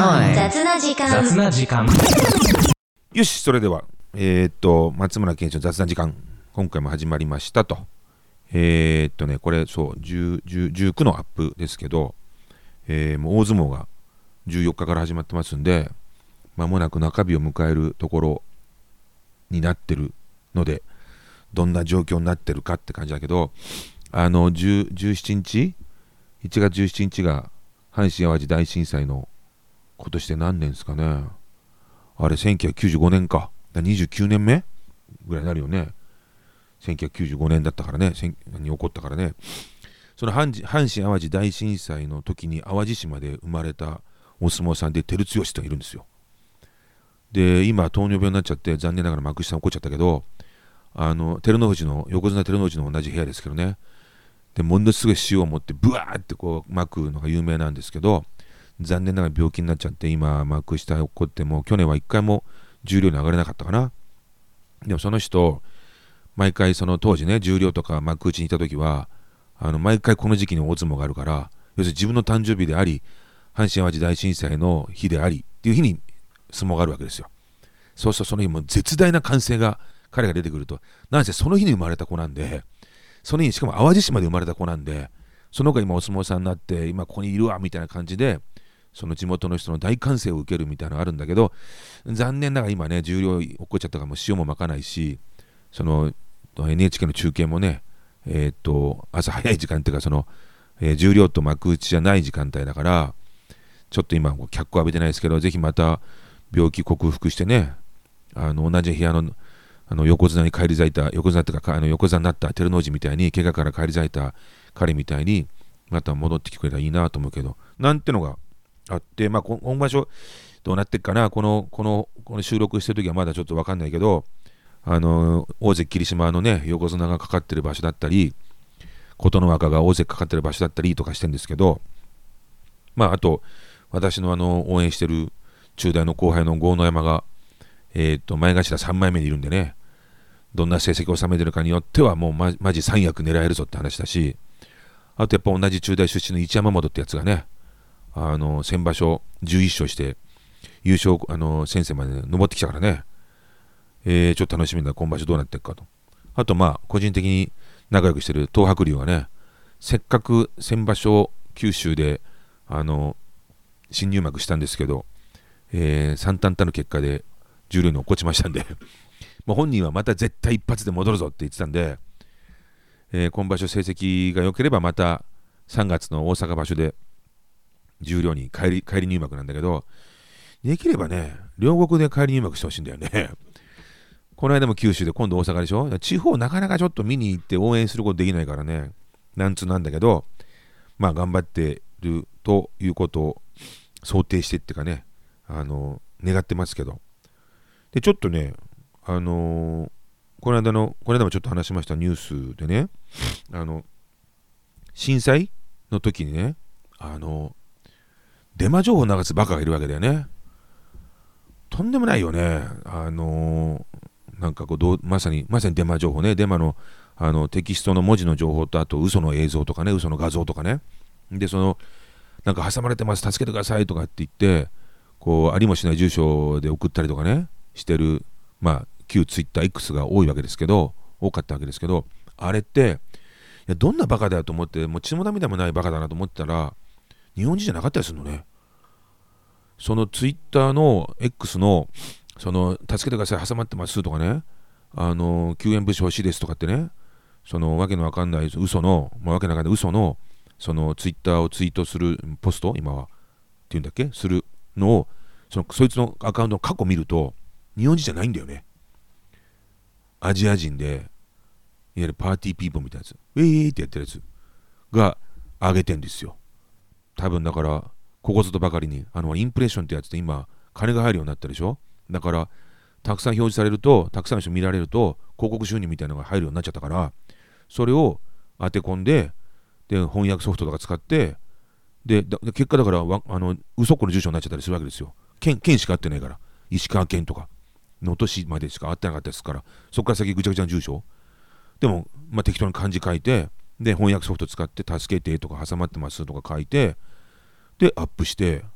雑な時間。 よし、それでは松村健一の雑談時間、今回も始まりましたと。これそう19のアップですけど、もう大相撲が14日から始まってますんで、間もなく中日を迎えるところになってるので、どんな状況になってるかって感じだけど、17日1月17日が阪神・淡路大震災の今年で何年ですかね。あれ1995年か、29年目ぐらいになるよね。1995年だったからね、に起こったからね。その阪神・淡路大震災の時に淡路島で生まれたお相撲さんで照強といるんですよ。で、今糖尿病になっちゃって残念ながら幕下起こっちゃったけど、横綱照ノ富士の同じ部屋ですけどね。でものすごい塩を持ってブワーってこう巻くのが有名なんですけど、残念ながら病気になっちゃって今幕下起こっても去年は一回も十両に上がれなかったかな。でもその人毎回その当時ね、十両とか幕内にいた時は毎回この時期に大相撲があるから、要するに自分の誕生日であり阪神・淡路大震災の日でありっていう日に相撲があるわけですよ。そうするとその日も絶大な歓声が彼が出てくると、なんせその日に生まれた子なんで、その日にしかも淡路島で生まれた子なんで、その子が今お相撲さんになって今ここにいるわみたいな感じで、その地元の人の大歓声を受けるみたいなのがあるんだけど、残念ながら今ね重量起こっちゃったからもう塩もまかないし、その NHK の中継もね、朝早い時間っていうか、その、重量と幕内じゃない時間帯だから、ちょっと今脚光浴びてないですけど、ぜひまた病気克服してね、同じ部屋の横綱に返り咲いた、横綱っていうか横綱になった照ノ富士みたいに、怪我から返り咲いた彼みたいにまた戻ってきてくれたらいいなと思うけど、なんてのがあって、今場所どうなってっかな。この収録してる時はまだちょっと分かんないけど、大関霧島のね横綱がかかってる場所だったり、琴ノ若が大関かかってる場所だったりとかしてるんですけど、あと私の応援してる中大の後輩の豪ノ山が前頭3枚目にいるんでね、どんな成績を収めてるかによってはもうマジ三役狙えるぞって話だし、あとやっぱ同じ中大出身の一山本ってやつがね、先場所11勝して優勝先生まで登ってきたからね、ちょっと楽しみだ、今場所どうなっていくかと。あと個人的に仲良くしてる東白龍はね、せっかく先場所九州で新入幕したんですけど、惨憺たる結果で十両に落っこちましたんでもう本人はまた絶対一発で戻るぞって言ってたんで、今場所成績が良ければまた3月の大阪場所で十両に帰り入幕なんだけど、できればね両国で帰り入幕してほしいんだよね。この間も九州で今度大阪でしょ。地方なかなかちょっと見に行って応援することできないからね、なんだけど、頑張ってるということを想定してっていうかね、願ってますけど。でちょっとねこの間もちょっと話しましたニュースでね、震災の時にねデマ情報流すバカがいるわけだよね。とんでもないよね。まさにデマ情報ね。デマのテキストの文字の情報と、あと嘘の映像とかね、嘘の画像とかね。でなんか挟まれてます、助けてくださいとかって言ってありもしない住所で送ったりとかねしてる、旧ツイッター X が多かったわけですけど、あれってどんなバカだよと思って、もう血も涙もないバカだなと思ったら、日本人じゃなかったりするのね。そのツイッターの X の助けてください挟まってますとかね、救援物資欲しいですとかってね、わけのわかんない嘘のそのツイッターをツイートするポスト、今はっていうんだっけ、するのをそいつのアカウントの過去見ると日本人じゃないんだよね。アジア人でいわゆるパーティーピーポーみたいなやつ、ウェーってやってるやつが上げてんですよ。多分だからここぞとばかりにインプレッションってやつで今金が入るようになったでしょ。だからたくさん表示されると、たくさんの人見られると広告収入みたいなのが入るようになっちゃったから、それを当て込んで、翻訳ソフトとか使って、結果だから嘘っこの住所になっちゃったりするわけですよ。県しか合ってないから、石川県とか能登市までしか合ってなかったですから、そこから先ぐちゃぐちゃの住所でも適当に漢字書いて、で翻訳ソフト使って助けてとか挟まってますとか書いて、でアップして、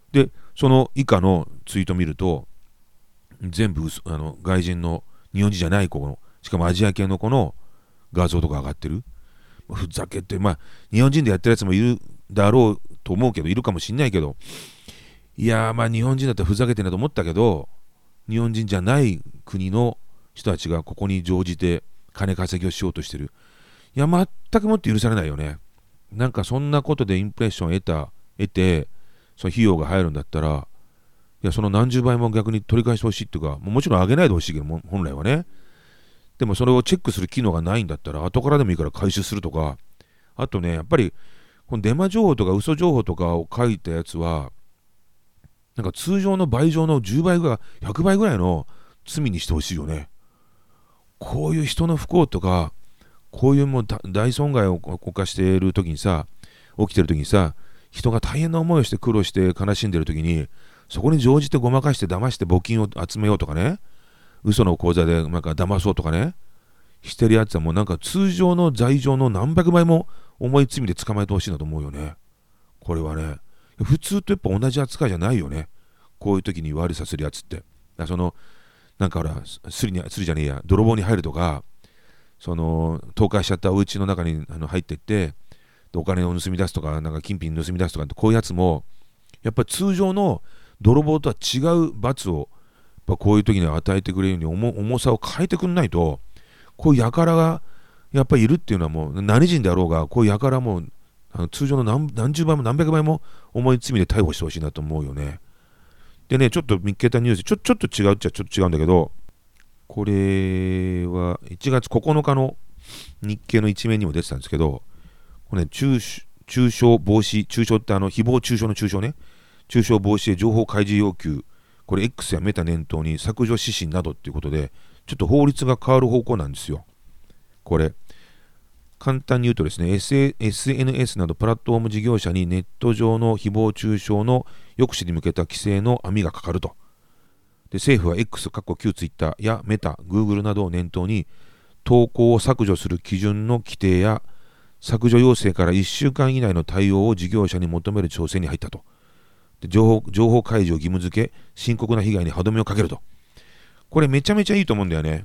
で、その以下のツイート見ると、全部外人の日本人じゃない子の、しかもアジア系の子の画像とか上がってる。ふざけて、まあ、日本人でやってるやつもいるだろうと思うけど、いるかもしんないけど、いやー、まあ日本人だったらふざけてんだと思ったけど、日本人じゃない国の人たちがここに乗じて金稼ぎをしようとしてる。いや、全くもって許されないよね。なんかそんなことでインプレッションを得て、その費用が入るんだったら、いや、その何十倍も逆に取り返してほしいっていうか、もちろん上げないでほしいけど、本来はね。でもそれをチェックする機能がないんだったら、後からでもいいから回収するとか、あとね、やっぱり、このデマ情報とか嘘情報とかを書いたやつは、なんか通常の倍上の10倍ぐらい、100倍ぐらいの罪にしてほしいよね。こういう人の不幸とか、こういうもう大損害を犯している時にさ、起きてる時にさ、人が大変な思いをして苦労して悲しんでる時に、そこに乗じてごまかして騙して募金を集めようとかね、嘘の口座でなんか騙そうとかね、してるやつはもうなんか通常の罪状の何百倍も重い罪で捕まえてほしいなと思うよね。これはね、普通とやっぱ同じ扱いじゃないよね。こういう時に悪さするやつって。なんかほら、スリじゃねえや、泥棒に入るとか、倒壊しちゃったお家の中に入っていって、お金を盗み出すとか、なんか金品盗み出すとかって、こういうやつも、やっぱり通常の泥棒とは違う罰を、やっぱこういう時に与えてくれるように重さを変えてくんないと、こういう輩がやっぱりいるっていうのはもう何人であろうが、こういう輩も通常の何十倍も何百倍も重い罪で逮捕してほしいなと思うよね。でね、ちょっと見っけたニュース、ちょっと違うっちゃちょっと違うんだけど、これは1月9日の日経の一面にも出てたんですけど、これね、中傷防止、中傷って誹謗中傷の中傷ね、中傷防止へ情報開示要求、これ X やメタ念頭に削除指針などっていうことで、ちょっと法律が変わる方向なんですよ。これ、簡単に言うとですね、SNS などプラットフォーム事業者にネット上の誹謗中傷の抑止に向けた規制の網がかかると。で、政府は X、旧 Twitter やメタ、Google などを念頭に、投稿を削除する基準の規定や、削除要請から1週間以内の対応を事業者に求める調整に入ったと。で、情報開示を義務付け、深刻な被害に歯止めをかけると。これめちゃめちゃいいと思うんだよね。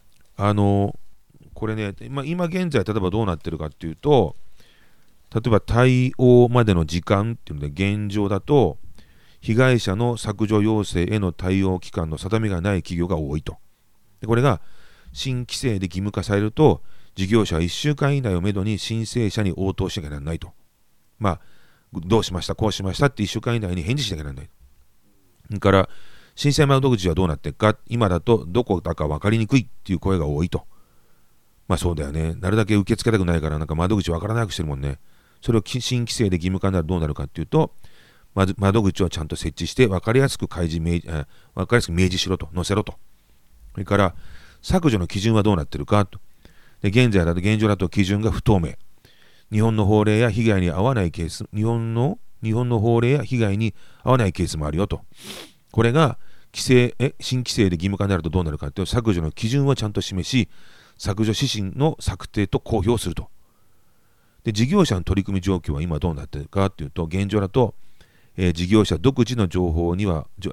これね、今現在、例えばどうなってるかっていうと、例えば対応までの時間っていうので、現状だと、被害者の削除要請への対応期間の定めがない企業が多いと。で、これが新規制で義務化されると、事業者は1週間以内をめどに申請者に応答しなきゃならないと。まあ、どうしました、こうしましたって1週間以内に返事しなきゃならない。だから、申請窓口はどうなっていくか、今だとどこだか分かりにくいっていう声が多いと。まあそうだよね。なるだけ受け付けたくないから、なんか窓口分からなくしてるもんね。それを新規制で義務化になるとどうなるかっていうと、まず窓口をちゃんと設置して分かりやすく明示しろと、載せろと。それから削除の基準はどうなってるかと。で、現状だと基準が不透明。日本の法令や被害に遭わないケース、日本の法令や被害に遭わないケースもあるよと。これが新規制で義務化になるとどうなるかというと、削除の基準をちゃんと示し、削除指針の策定と公表すると。で、事業者の取り組み状況は今どうなっているかというと、現状だと、事業者独自の情報は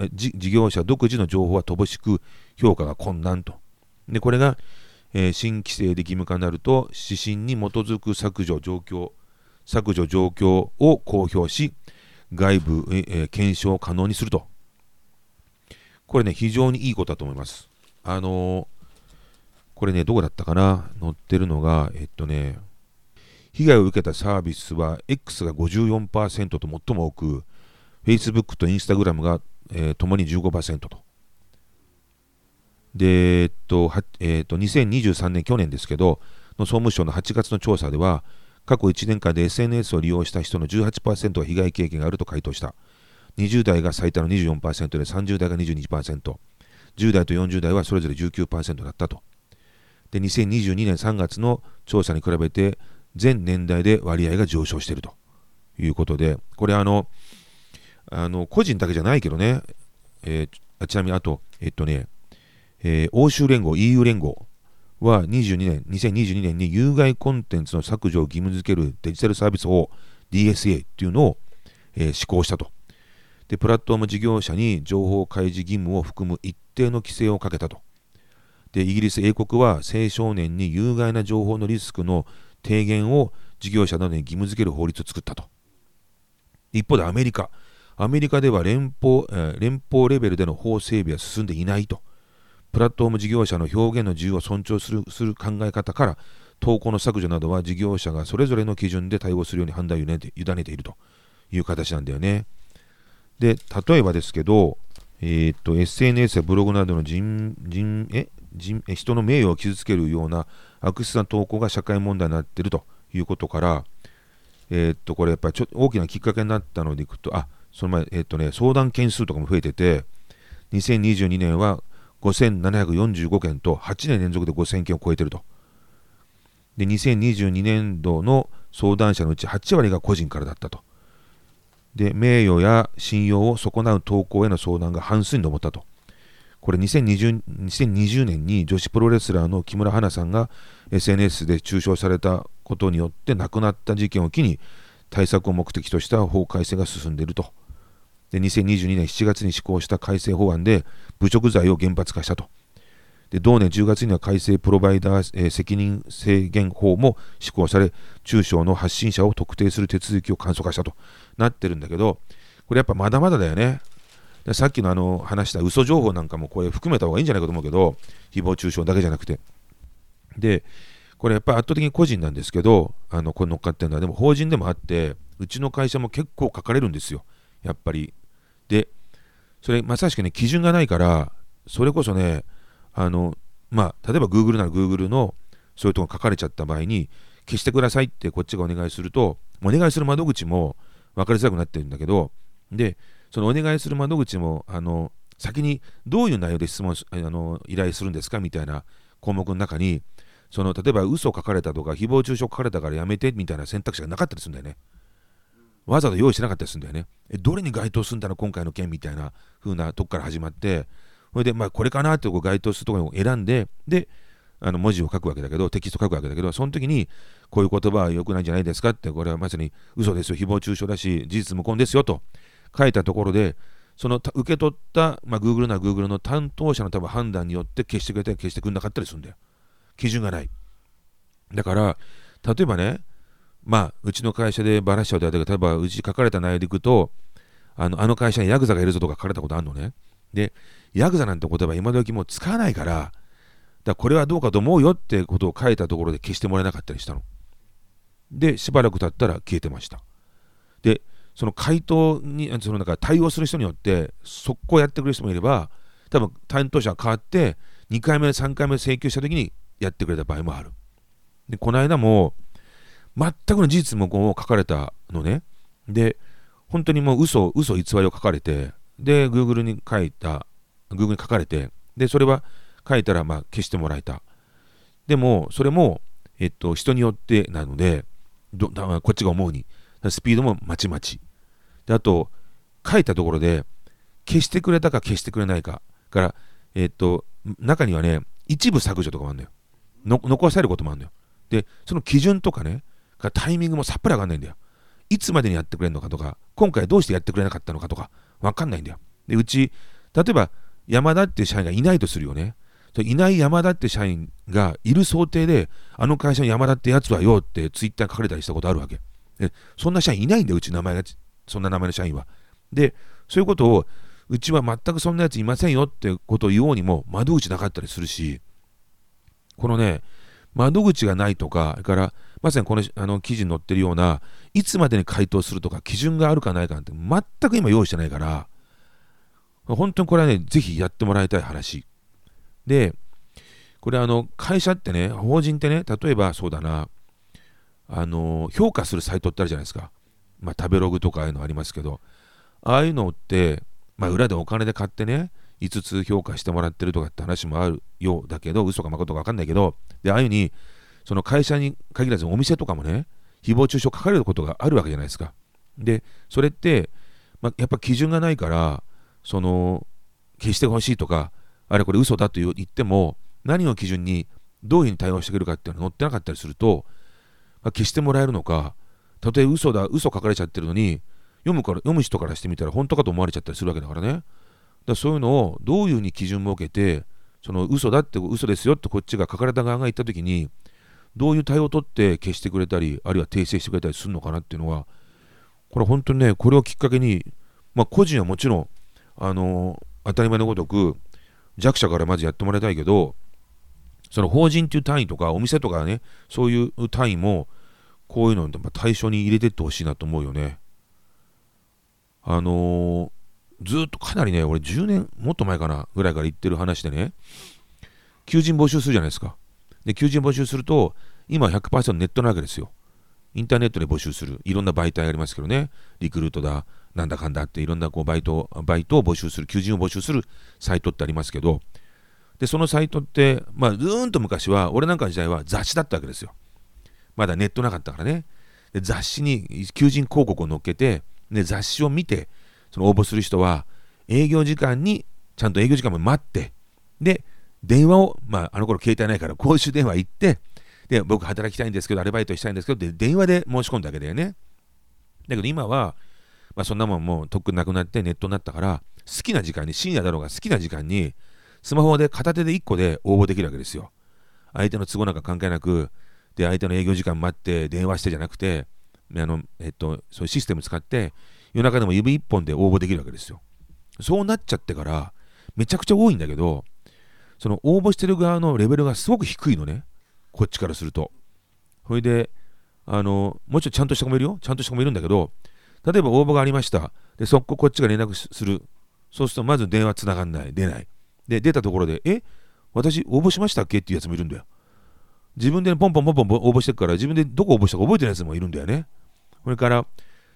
乏しく評価が困難と。で、これが、新規制で義務化になると、指針に基づく削除状況を公表し、外部、検証を可能にすると。これね、非常にいいことだと思います。これね、どこだったかな、載ってるのが、被害を受けたサービスは X が 54% と最も多く、Facebook と Instagram が、共に 15% と。で、2023年、去年ですけど、の総務省の8月の調査では、過去1年間で SNS を利用した人の 18% が被害経験があると回答した。20代が最多の 24% で、30代が 22%、10代と40代はそれぞれ 19% だったと。で、2022年3月の調査に比べて、全年代で割合が上昇しているということで、これ個人だけじゃないけどね、ちなみにあと、欧州連合、EU 連合は2022年に有害コンテンツの削除を義務付けるデジタルサービス法 DSA っていうのを、施行したと。 でプラットフォーム事業者に情報開示義務を含む一定の規制をかけたと。でイギリス、英国は青少年に有害な情報のリスクの低減を事業者などに義務付ける法律を作ったと。一方でアメリカでは連邦レベルでの法整備は進んでいないと。プラットフォーム事業者の表現の自由を尊重する考え方から、投稿の削除などは事業者がそれぞれの基準で対応するように判断を委ねているという形なんだよね。で、例えばですけど、SNS やブログなどの人の名誉を傷つけるような悪質な投稿が社会問題になっているということから、これやっぱり大きなきっかけになったのでいくと、その前、相談件数とかも増えてて、2022年は5745件と8年連続で5000件を超えていると。で、2022年度の相談者のうち8割が個人からだったと。で、名誉や信用を損なう投稿への相談が半数に上ったと。これ2020年に女子プロレスラーの木村花さんが SNS で中傷されたことによって亡くなった事件を機に対策を目的とした法改正が進んでいると。で、2022年7月に施行した改正法案で侮辱罪を厳罰化したと。で、同年10月には改正プロバイダー、責任制限法も施行され、中傷の発信者を特定する手続きを簡素化したとなってるんだけど、これやっぱまだまだだよね。で、さっきの話した嘘情報なんかもこれ含めた方がいいんじゃないかと思うけど、誹謗中傷だけじゃなくて。で、これやっぱ圧倒的に個人なんですけど、これ乗っかってるのは、でも法人でもあって、うちの会社も結構書かれるんですよ、やっぱり。で、それまさしくね、基準がないから、それこそね、例えば Google なら Google のそういうところが書かれちゃった場合に、消してくださいってこっちがお願いすると、お願いする窓口も分かりづらくなってるんだけど、で、そのお願いする窓口も、先にどういう内容で質問依頼するんですかみたいな項目の中に、例えば嘘を書かれたとか、誹謗中傷書かれたからやめてみたいな選択肢がなかったりするんだよね。わざわざ用意しなかったりするんだよね。どれに該当するんだろう今回の件みたいな風なとこから始まって、それでこれかなって該当するところを選んで、で、文字を書くわけだけど、テキスト書くわけだけど、その時にこういう言葉は良くないんじゃないですかって、これはまさに嘘ですよ、誹謗中傷だし、事実無根ですよと書いたところで、その受け取った、Google な Google の担当者の多分判断によって消してくれたり消してくれなかったりするんだよ。基準がない。だから、例えばね、うちの会社でバラしちゃうとやったけど、例えばうち書かれた内容でいくと、あの会社にヤクザがいるぞとか書かれたことあるのね。で、ヤクザなんて言葉今時もう使わないから、これはどうかと思うよってことを書いたところで消してもらえなかったりしたの。で、しばらく経ったら消えてました。で、その回答に対応する人によって速攻やってくれる人もいれば、多分担当者が変わって2回目3回目請求した時にやってくれた場合もある。で、この間も全くの事実無根を書かれたのね。で、本当にもう嘘偽りを書かれて、で Google に書かれて、でそれは書いたら消してもらえた。でもそれも人によってなので、こっちが思うにスピードもまちまちで、あと書いたところで消してくれたか消してくれないかから、中にはね、一部削除とかもあるんだよ。残されることもあるんだよ。で、その基準とかね、タイミングもさっぱりわかんないんだよ。いつまでにやってくれるのかとか、今回どうしてやってくれなかったのかとかわかんないんだよ。で、うち例えば山田っていう社員がいないとするよね。いない山田って社員がいる想定で、あの会社の山田ってやつはよってツイッターに書かれたりしたことあるわけで、そんな社員いないんだよ、うち名前がそんな名前の社員は。で、そういうことをうちは全くそんなやついませんよってことを言おうにも窓口なかったりするし、このね、窓口がないとか、それからまさにこの記事に載ってるようないつまでに回答するとか基準があるかないかなんて全く今用意してないから、本当にこれはね、ぜひやってもらいたい話で、これ会社ってね、法人ってね、例えばそうだな、評価するサイトってあるじゃないですか。食べログとかああいうのありますけど、ああいうのって、裏でお金で買ってね、5つ評価してもらってるとかって話もあるようだけど、嘘か誠か分かんないけど、で、ああいうふうにその会社に限らずお店とかもね、誹謗中傷書かれることがあるわけじゃないですか。で、それって、やっぱ基準がないから、消してほしいとか、あれこれ嘘だと言っても、何を基準にどういうふうに対応してくるかっていうのが載ってなかったりすると、消してもらえるのか、たとえ嘘書かれちゃってるのに、い読む人からしてみたら本当かと思われちゃったりするわけだからね。だからそういうのをどういうふうに基準を設けて、その嘘だって嘘ですよってこっちが書かれた側が言ったときに、どういう対応を取って消してくれたり、あるいは訂正してくれたりするのかなっていうのは、これ本当にね、これをきっかけに、個人はもちろん、当たり前のごとく、弱者からまずやってもらいたいけど、その法人っていう単位とか、お店とかね、そういう単位も、こういうのに対象に入れてってほしいなと思うよね。ずっとかなりね、俺10年もっと前かなぐらいから言ってる話でね、求人募集するじゃないですか。で、求人募集すると、今 100% ネットなわけですよ。インターネットで募集する。いろんな媒体ありますけどね。リクルートだ、なんだかんだっていろんなバイトを募集する、求人を募集するサイトってありますけど、で、そのサイトって、ずーんと昔は、俺なんかの時代は雑誌だったわけですよ。まだネットなかったからね。で、雑誌に求人広告を載っけて、で、雑誌を見て、その応募する人は、営業時間に、ちゃんと営業時間も待って、で、電話を、あの頃携帯ないから公衆電話行って、で、僕働きたいんですけど、アルバイトしたいんですけど、で、電話で申し込んだわけだよね。だけど今は、そんなもんもうとっくになくなってネットになったから、好きな時間に、深夜だろうが好きな時間に、スマホで片手で1個で応募できるわけですよ。相手の都合なんか関係なく、で、相手の営業時間待って電話してじゃなくて、そういうシステム使って、夜中でも指1本で応募できるわけですよ。そうなっちゃってから、めちゃくちゃ多いんだけど、その応募してる側のレベルがすごく低いのね。こっちからすると。それで、もちろんちゃんとした子もいるよ。ちゃんとした子もいるんだけど、例えば応募がありました。で、こっちが連絡する。そうすると、まず電話つながんない。出ない。で、出たところで、私応募しましたっけっていうやつもいるんだよ。自分でポンポン応募してるから、自分でどこ応募したか覚えてないやつもいるんだよね。それから、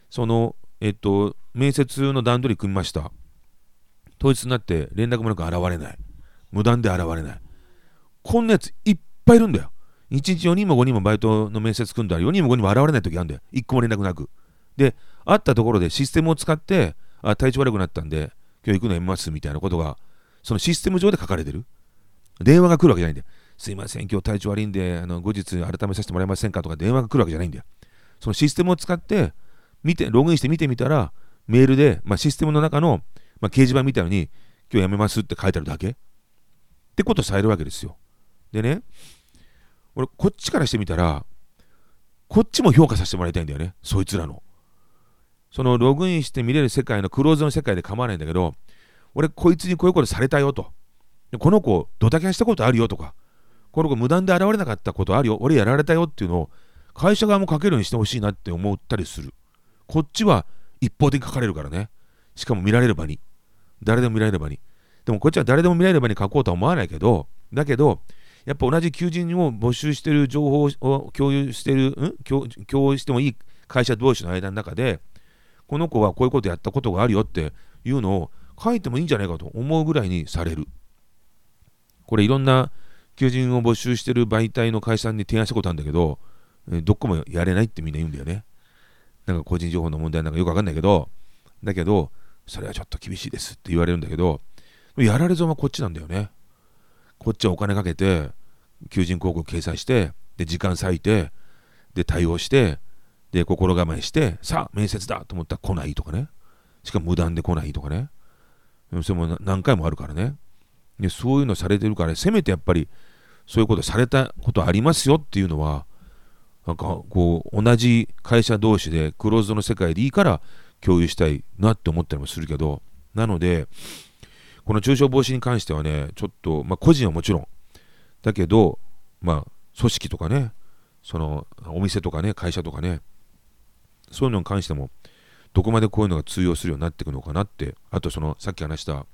面接の段取り組みました。当日になって連絡もなく現れない。無断で現れない。こんなやついっぱいいるんだよ。1日4人も5人もバイトの面接組んだら4人も5人も現れない時あるんだよ。1個も連絡なく。で、会ったところでシステムを使って、体調悪くなったんで、今日行くのやめますみたいなことが、そのシステム上で書かれてる。電話が来るわけじゃないんだよ。すいません、今日体調悪いんで、後日改めさせてもらえませんかとか電話が来るわけじゃないんだよ。そのシステムを使って、ログインして見てみたら、メールで、システムの中の、掲示板みたいのに、今日やめますって書いてあるだけってことされるわけですよ。でね、俺、こっちからしてみたら、こっちも評価させてもらいたいんだよね。そいつらの。そのログインして見れる世界のクローズの世界で構わないんだけど、俺、こいつにこういうことされたよと。この子、ドタキャンしたことあるよとか、この子、無断で現れなかったことあるよ。俺、やられたよっていうのを、会社側も書けるようにしてほしいなって思ったりする。こっちは一方的に書かれるからね。しかも見られる場に。誰でも見られる場に。でもこっちは誰でも見られる場に書こうとは思わないけど、だけど、やっぱ同じ求人を募集してる情報を共有してる、共有してもいい会社同士の間の中で、この子はこういうことやったことがあるよっていうのを書いてもいいんじゃないかと思うぐらいにされる。これいろんな求人を募集してる媒体の会社に提案したことあるんだけど、どこもやれないってみんな言うんだよね。なんか個人情報の問題なんかよくわかんないけど、だけど、それはちょっと厳しいですって言われるんだけど、やられ損はこっちなんだよね。こっちはお金かけて、求人広告掲載して、で、時間割いて、で、対応して、で、心構えして、さあ、面接だと思ったら来ないとかね。しかも無断で来ないとかね。それも何回もあるからね。で、そういうのされてるから、せめてやっぱり、そういうことされたことありますよっていうのは、なんかこう同じ会社同士でクローズドの世界でいいから共有したいなって思ったりもするけど、なのでこの中傷防止に関してはね、ちょっと個人はもちろんだけど、組織とかね、そのお店とかね、会社とかね、そういうのに関してもどこまでこういうのが通用するようになっていくのかなって、あとそのさっき話した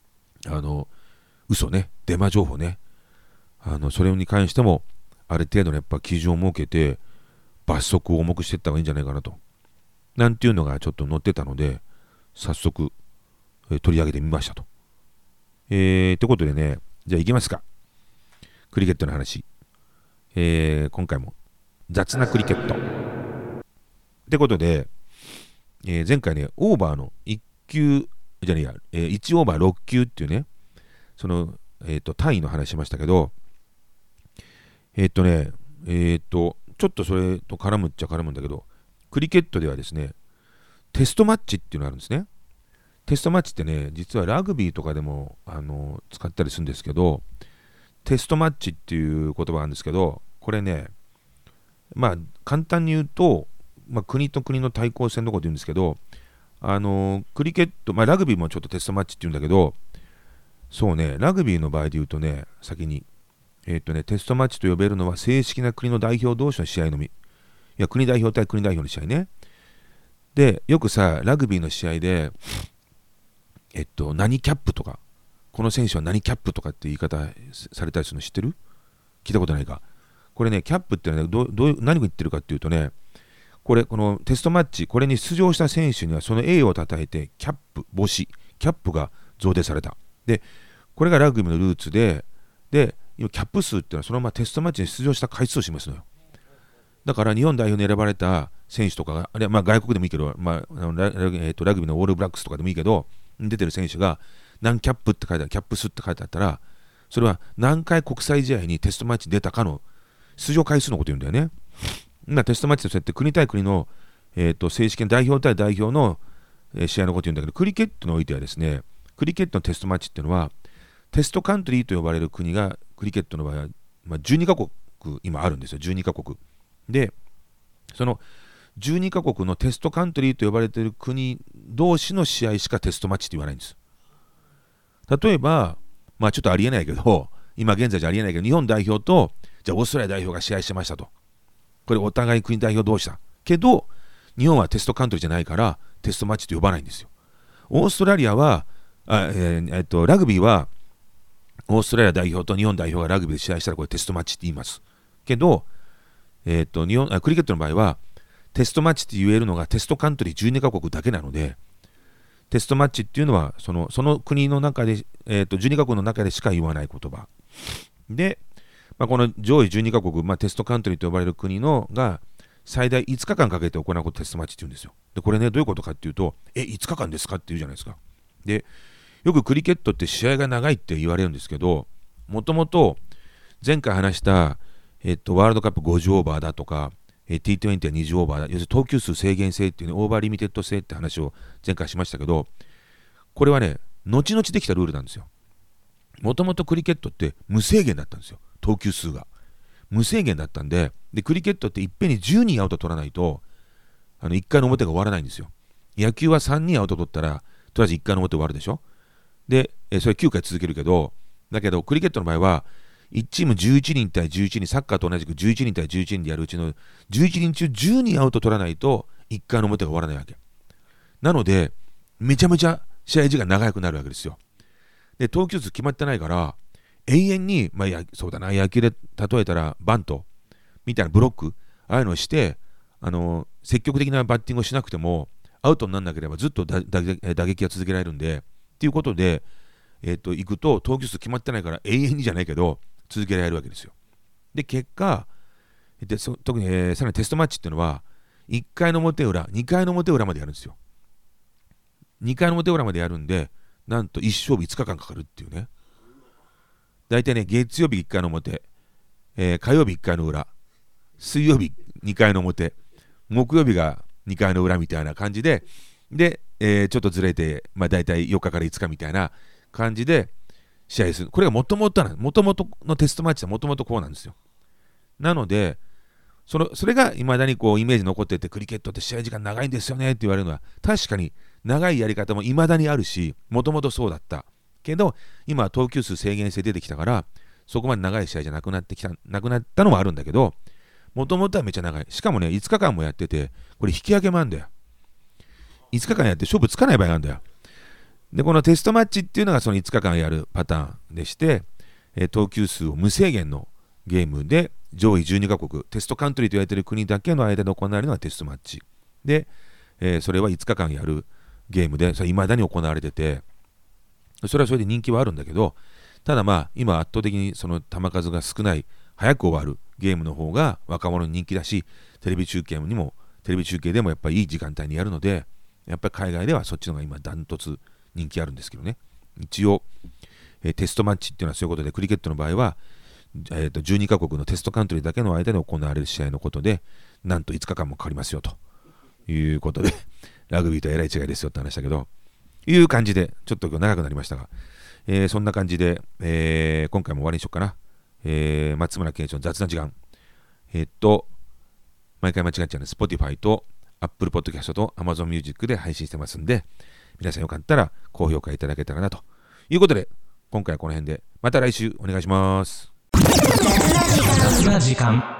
嘘ね、デマ情報ね、それに関してもある程度のやっぱ基準を設けて罰則を重くしていった方がいいんじゃないかなと、なんていうのがちょっと載ってたので、早速、取り上げてみましたと。ってことでね、じゃあ行きますか。クリケットの話。今回も雑なクリケット。ってことで、前回ね、オーバーの1球、じゃねえや、1オーバー6球っていうね、その、単位の話しましたけど、ちょっとそれと絡むっちゃ絡むんだけど、クリケットではですね、 テストマッチっていうのがあるんですね。テストマッチってね、実はラグビーとかでも使ったりするんですけど、テストマッチっていう言葉があるんですけど、これね、まあ簡単に言うと、国と国の対抗戦のこと言うんですけど、クリケット、ラグビーもちょっとテストマッチって言うんだけど、そうね、ラグビーの場合で言うとね、先に、テストマッチと呼べるのは正式な国の代表同士の試合のみ。いや、国代表対国代表の試合ね。で、よくさ、ラグビーの試合で、何キャップとか、この選手は何キャップとかって言い方されたりするの知ってる？聞いたことないか。これね、キャップってのは、ね、何を言ってるかっていうとね、このテストマッチ、これに出場した選手にはその栄誉をたたえて、キャップ、帽子、キャップが贈呈された。で、これがラグビーのルーツで、キャップ数っていうのはそのままテストマッチに出場した回数を示すのよ。だから日本代表に選ばれた選手とかが、あれは外国でもいいけど、ラグビーのオールブラックスとかでもいいけど、出てる選手が何キャップって書いてある、キャップ数って書いてあったら、それは何回国際試合にテストマッチに出たかの出場回数のことを言うんだよね。テストマッチとそうやって国対国の、正式な代表対代表の試合のことを言うんだけど、クリケットにおいてはですね、クリケットのテストマッチっていうのは、テストカントリーと呼ばれる国が、クリケットの場合は、12カ国今あるんですよ、12カ国。で、その12カ国のテストカントリーと呼ばれている国同士の試合しかテストマッチって言わないんです。例えば、ちょっとありえないけど、今現在じゃありえないけど、日本代表と、じゃあオーストラリア代表が試合してましたと。これお互い国代表同士だ。けど、日本はテストカントリーじゃないから、テストマッチと呼ばないんですよ。オーストラリアは、ラグビーは、オーストラリア代表と日本代表がラグビーで試合したらこれテストマッチって言います。けど、クリケットの場合は、テストマッチって言えるのがテストカントリー12カ国だけなので、テストマッチっていうのはその国の中で、12カ国の中でしか言わない言葉で、この上位12カ国、テストカントリーと呼ばれる国のが最大5日間かけて行うことをテストマッチって言うんですよ。でこれね、どういうことかっていうと、5日間ですかって言うじゃないですか。で、よくクリケットって試合が長いって言われるんですけど、もともと前回話した、ワールドカップ50オーバーだとか、T20 は20オーバーだ、要するに投球数制限制っていうね、オーバーリミテッド制って話を前回しましたけど、これはね、後々できたルールなんですよ。もともとクリケットって無制限だったんですよ、投球数が。無制限だったんで、クリケットっていっぺんに10人アウト取らないと、1回の表が終わらないんですよ。野球は3人アウト取ったら、とりあえず1回の表終わるでしょ。で、それ9回続けるけど、だけどクリケットの場合は、1チーム11人対11人、サッカーと同じく11人対11人でやるうちの11人中10人アウト取らないと1回の表が終わらないわけ。なので、めちゃめちゃ試合時間長くなるわけですよ。で、投球数決まってないから、永遠に、そうだな、野球で例えたらバントみたいなブロック、ああいうのをして、積極的なバッティングをしなくても、アウトにならなければずっと打撃が続けられるんで、っていうことで、行くと投球数決まってないから永遠にじゃないけど、続けられるわけですよ。で、結果、特に、さらにテストマッチっていうのは、1回の表裏、2回の表裏までやるんですよ。2回の表裏までやるんで、なんと1勝負5日間かかるっていうね。大体ね、月曜日1回の表、火曜日1回の裏、水曜日2回の表、木曜日が2回の裏みたいな感じで、で、ちょっとずれて、大体4日から5日みたいな感じで試合する。これがもともとのテストマッチはもともとこうなんですよ。なので、それがいまだにこうイメージ残ってて、クリケットって試合時間長いんですよねって言われるのは、確かに長いやり方もいまだにあるし、もともとそうだったけど、今は投球数制限制出てきたから、そこまで長い試合じゃなくなったのもあるんだけど、もともとはめっちゃ長い。しかもね、5日間もやってて、これ引き分けもあるんだよ。5日間やって勝負つかない場合があるんだよ。で、このテストマッチっていうのがその5日間やるパターンでして、投球数を無制限のゲームで上位12カ国、テストカントリーと言われている国だけの間で行われるのがテストマッチ。で、それは5日間やるゲームで、それ未だに行われてて、それはそれで人気はあるんだけど、ただ今圧倒的にその球数が少ない、早く終わるゲームの方が若者に人気だし、テレビ中継でもやっぱりいい時間帯にやるので、やっぱり海外ではそっちの方が今ダントツ人気あるんですけどね。一応、テストマッチっていうのはそういうことで、クリケットの場合は、12カ国のテストカントリーだけの間で行われる試合のことで、なんと5日間もかかりますよということで、 ラグビーとはえらい違いですよって話だけど、いう感じで、ちょっと今日長くなりましたが、そんな感じで、今回も終わりにしようかな。松村健一の雑な時間。毎回間違っちゃうので、Spotify と Apple Podcast と Amazon Music で配信してますんで、皆さんよかったら高評価いただけたらなということで、今回はこの辺で、また来週お願いします。 雑な時間。